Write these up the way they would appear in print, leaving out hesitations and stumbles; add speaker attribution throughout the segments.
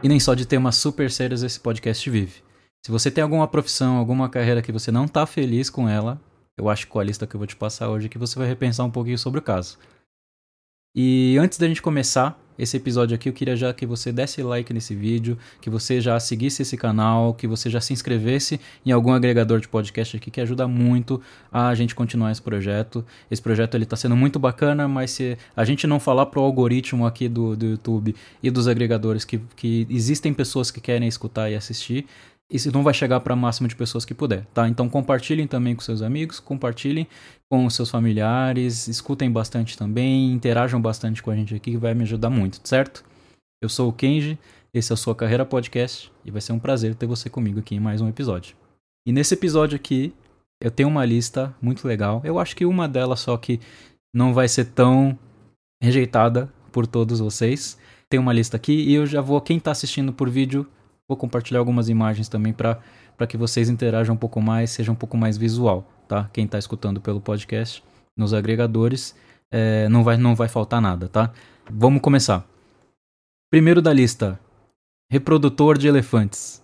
Speaker 1: E nem só de temas super sérios esse podcast vive. Se você tem alguma profissão, alguma carreira que você não tá feliz com ela, eu acho que com a lista que eu vou te passar hoje que você vai repensar um pouquinho sobre o caso. E antes da gente começar esse episódio aqui, eu queria já que você desse like nesse vídeo, que você já seguisse esse canal, que você já se inscrevesse em algum agregador de podcast aqui, que ajuda muito a gente continuar esse projeto. Esse projeto ele tá sendo muito bacana, mas se a gente não falar pro algoritmo aqui do YouTube e dos agregadores que existem pessoas que querem escutar e assistir, isso não vai chegar para o máximo de pessoas que puder, tá? Então compartilhem também com seus amigos, compartilhem com os seus familiares, escutem bastante também, interajam bastante com a gente aqui, que vai me ajudar muito, certo? Eu sou o Kenji, esse é o Sua Carreira Podcast, e vai ser um prazer ter você comigo aqui em mais um episódio. E nesse episódio aqui, eu tenho uma lista muito legal, eu acho que uma delas só que não vai ser tão rejeitada por todos vocês. Tem uma lista aqui e eu já vou, quem tá assistindo por vídeo, vou compartilhar algumas imagens também para que vocês interajam um pouco mais, seja um pouco mais visual, tá? Quem está escutando pelo podcast, nos agregadores, não vai faltar nada, tá? Vamos começar. Primeiro da lista, reprodutor de elefantes.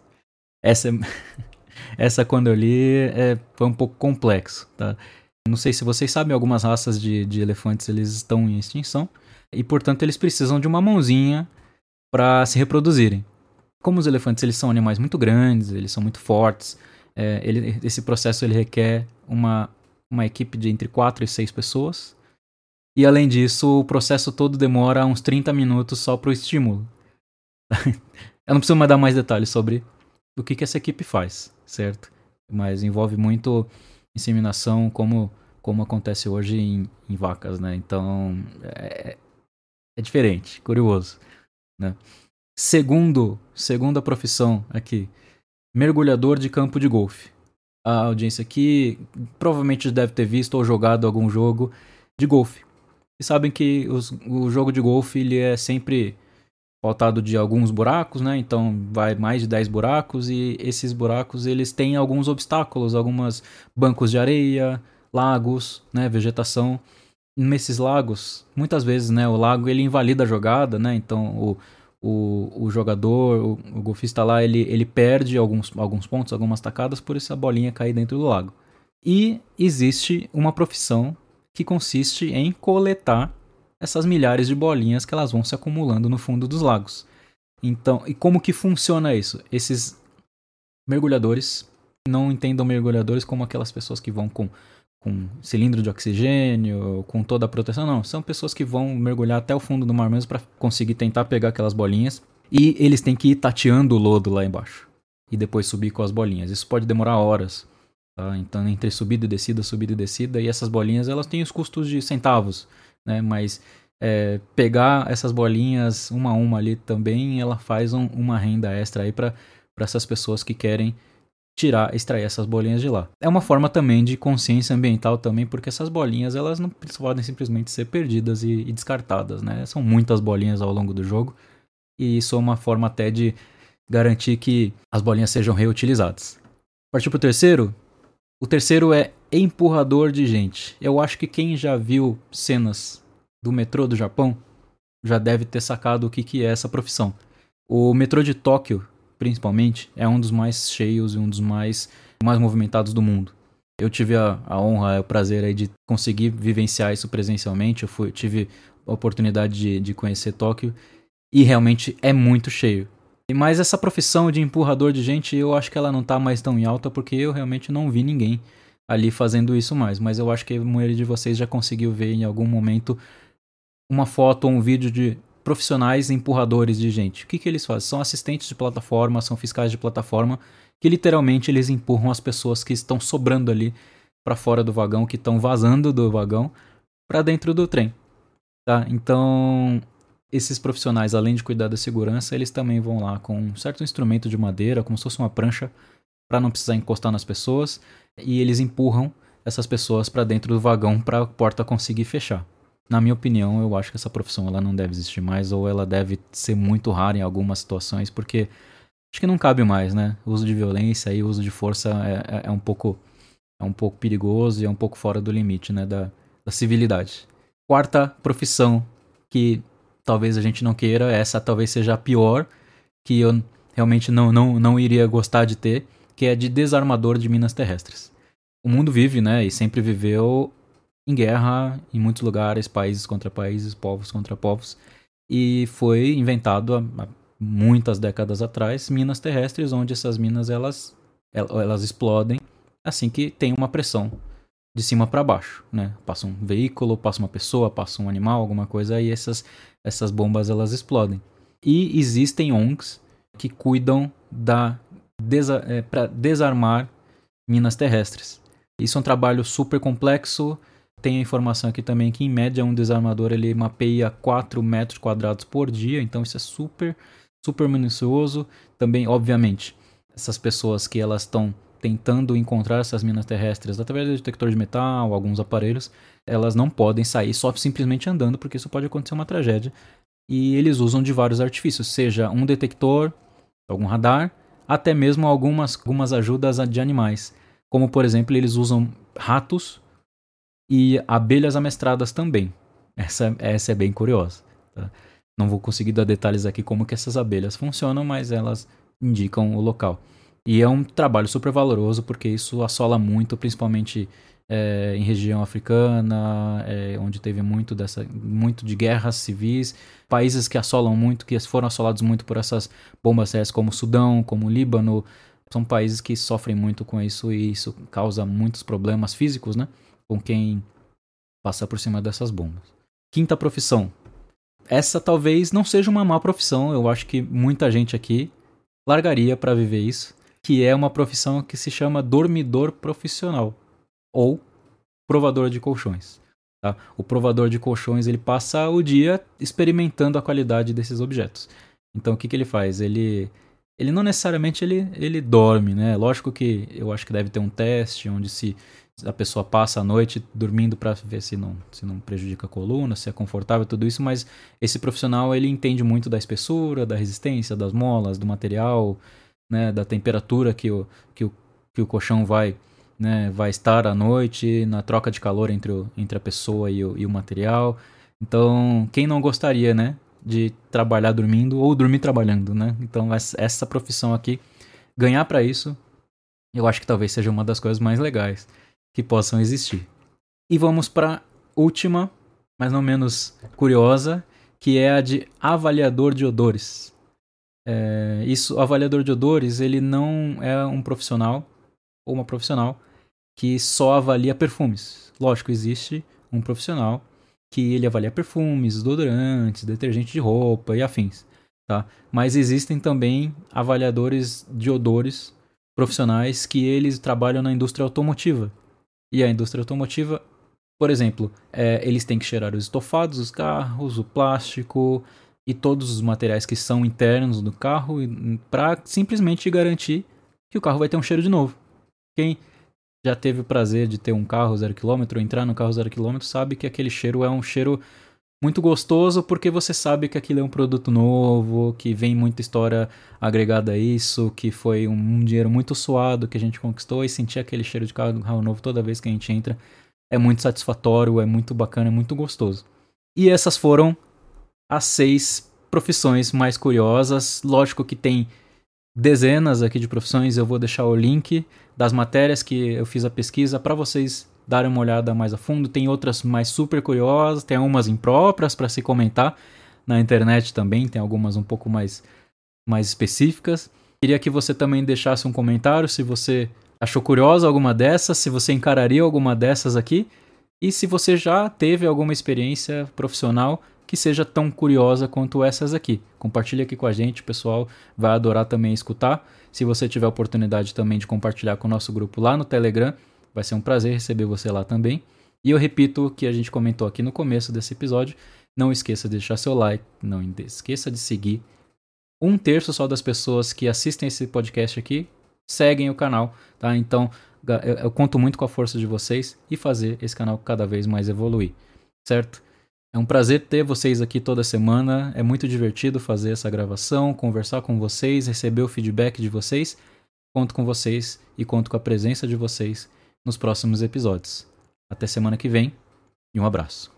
Speaker 1: Essa quando eu li foi um pouco complexo, tá? Não sei se vocês sabem, algumas raças de elefantes eles estão em extinção e, portanto, eles precisam de uma mãozinha para se reproduzirem. Como os elefantes eles são animais muito grandes, eles são muito fortes, esse processo ele requer uma equipe de entre 4 e 6 pessoas. E além disso, o processo todo demora uns 30 minutos só para o estímulo. Eu não preciso mais dar mais detalhes sobre o que essa equipe faz, certo? Mas envolve muito inseminação como acontece hoje em vacas, né? Então é diferente, curioso, né? Segunda profissão aqui, mergulhador de campo de golfe. A audiência aqui provavelmente deve ter visto ou jogado algum jogo de golfe. E sabem que o jogo de golfe ele é sempre pautado de alguns buracos, né? Então vai mais de 10 buracos e esses buracos eles têm alguns obstáculos, algumas bancos de areia, lagos, né? Vegetação. Nesses lagos, muitas vezes, né? O lago ele invalida a jogada, né? Então o jogador, o golfista lá, ele perde alguns pontos, algumas tacadas por essa bolinha cair dentro do lago. E existe uma profissão que consiste em coletar essas milhares de bolinhas que elas vão se acumulando no fundo dos lagos. Então, e como que funciona isso? Esses mergulhadores, não entendam mergulhadores como aquelas pessoas que vão com cilindro de oxigênio, com toda a proteção, não. São pessoas que vão mergulhar até o fundo do mar mesmo para conseguir tentar pegar aquelas bolinhas. E eles têm que ir tateando o lodo lá embaixo. E depois subir com as bolinhas. Isso pode demorar horas. Tá? Então, entre subida e descida. E essas bolinhas, elas têm os custos de centavos. Né? Mas pegar essas bolinhas uma a uma ali também, ela faz uma renda extra aí para essas pessoas que querem extrair essas bolinhas de lá. É uma forma também de consciência ambiental também, porque essas bolinhas elas não podem simplesmente ser perdidas e descartadas, né? São muitas bolinhas ao longo do jogo e isso é uma forma até de garantir que as bolinhas sejam reutilizadas. Partiu pro terceiro? O terceiro é empurrador de gente. Eu acho que quem já viu cenas do metrô do Japão já deve ter sacado o que é essa profissão. O metrô de Tóquio, principalmente, é um dos mais cheios e um dos mais movimentados do mundo. Eu tive a honra e o prazer aí de conseguir vivenciar isso presencialmente. Eu tive a oportunidade de conhecer Tóquio e realmente é muito cheio. Mas essa profissão de empurrador de gente, eu acho que ela não tá mais tão em alta porque eu realmente não vi ninguém ali fazendo isso mais. Mas eu acho que a maioria de vocês já conseguiu ver em algum momento uma foto ou um vídeo de profissionais empurradores de gente. O que eles fazem? São assistentes de plataforma, são fiscais de plataforma, que literalmente eles empurram as pessoas que estão sobrando ali para fora do vagão, que estão vazando do vagão, para dentro do trem. Tá? Então, esses profissionais, além de cuidar da segurança, eles também vão lá com um certo instrumento de madeira, como se fosse uma prancha, para não precisar encostar nas pessoas, e eles empurram essas pessoas para dentro do vagão para a porta conseguir fechar. Na minha opinião, eu acho que essa profissão ela não deve existir mais, ou ela deve ser muito rara em algumas situações, porque acho que não cabe mais, né? O uso de violência e o uso de força é um pouco perigoso e é um pouco fora do limite, né, da civilidade. Quarta profissão que talvez a gente não queira, essa talvez seja a pior, que eu realmente não iria gostar de ter, que é de desarmador de minas terrestres. O mundo vive, né, e sempre viveu em guerra em muitos lugares, países contra países, povos contra povos, e foi inventado há muitas décadas atrás minas terrestres, onde essas minas elas explodem assim que tem uma pressão de cima para baixo, né? Passa um veículo, passa uma pessoa, passa um animal, alguma coisa, e essas bombas elas explodem. E existem ONGs que cuidam para desarmar minas terrestres. Isso é um trabalho super complexo. Tem a informação aqui também que, em média, um desarmador ele mapeia 4 metros quadrados por dia. Então, isso é super, super minucioso. Também, obviamente, essas pessoas que elas estão tentando encontrar essas minas terrestres através do detector de metal, alguns aparelhos, elas não podem sair só simplesmente andando, porque isso pode acontecer uma tragédia. E eles usam de vários artifícios, seja um detector, algum radar, até mesmo algumas ajudas de animais. Como, por exemplo, eles usam ratos e abelhas amestradas também. Essa é bem curiosa. Tá? Não vou conseguir dar detalhes aqui como que essas abelhas funcionam, mas elas indicam o local. E é um trabalho super valoroso, porque isso assola muito, principalmente em região africana, onde teve muito de guerras civis, países que assolam muito, que foram assolados muito por essas bombas terrestres, como o Sudão, como o Líbano. São países que sofrem muito com isso, e isso causa muitos problemas físicos, né? Com quem passa por cima dessas bombas. Quinta profissão. Essa talvez não seja uma má profissão, eu acho que muita gente aqui largaria para viver isso, que é uma profissão que se chama dormidor profissional, ou provador de colchões. Tá? O provador de colchões ele passa o dia experimentando a qualidade desses objetos. Então o que ele faz? Ele não necessariamente ele dorme, né? Lógico que eu acho que deve ter um teste onde se a pessoa passa a noite dormindo para ver se não prejudica a coluna, se é confortável, tudo isso, mas esse profissional ele entende muito da espessura, da resistência, das molas, do material, né, da temperatura que o colchão vai estar à noite, na troca de calor entre a pessoa e o material. Então, quem não gostaria, né, de trabalhar dormindo ou dormir trabalhando, né? Então, essa profissão aqui, ganhar para isso, eu acho que talvez seja uma das coisas mais legais que possam existir. E vamos para última, mas não menos curiosa, que é a de avaliador de odores. O avaliador de odores, ele não é um profissional ou uma profissional que só avalia perfumes. Lógico, existe um profissional que ele avalia perfumes, desodorantes, detergente de roupa e afins. Tá? Mas existem também avaliadores de odores profissionais que eles trabalham na indústria automotiva. E a indústria automotiva, por exemplo, eles têm que cheirar os estofados dos carros, o plástico e todos os materiais que são internos do carro para simplesmente garantir que o carro vai ter um cheiro de novo. Quem já teve o prazer de ter um carro 0 km, entrar no carro 0 km, sabe que aquele cheiro é um cheiro muito gostoso, porque você sabe que aquilo é um produto novo, que vem muita história agregada a isso, que foi um dinheiro muito suado que a gente conquistou, e sentir aquele cheiro de carro novo toda vez que a gente entra é muito satisfatório, é muito bacana, é muito gostoso. E essas foram as 6 profissões mais curiosas. Lógico que tem dezenas aqui de profissões, eu vou deixar o link das matérias que eu fiz a pesquisa para vocês darem uma olhada mais a fundo. Tem outras mais super curiosas, tem algumas impróprias para se comentar na internet também, tem algumas um pouco mais específicas. Queria que você também deixasse um comentário se você achou curiosa alguma dessas, se você encararia alguma dessas aqui, e se você já teve alguma experiência profissional que seja tão curiosa quanto essas aqui. Compartilha aqui com a gente, o pessoal vai adorar também escutar. Se você tiver a oportunidade também de compartilhar com o nosso grupo lá no Telegram, vai ser um prazer receber você lá também. E eu repito o que a gente comentou aqui no começo desse episódio. Não esqueça de deixar seu like, não esqueça de seguir. 1/3 só das pessoas que assistem esse podcast aqui seguem o canal, tá? Então eu conto muito com a força de vocês e fazer esse canal cada vez mais evoluir, certo? É um prazer ter vocês aqui toda semana, é muito divertido fazer essa gravação, conversar com vocês, receber o feedback de vocês. Conto com vocês e conto com a presença de vocês nos próximos episódios. Até semana que vem e um abraço.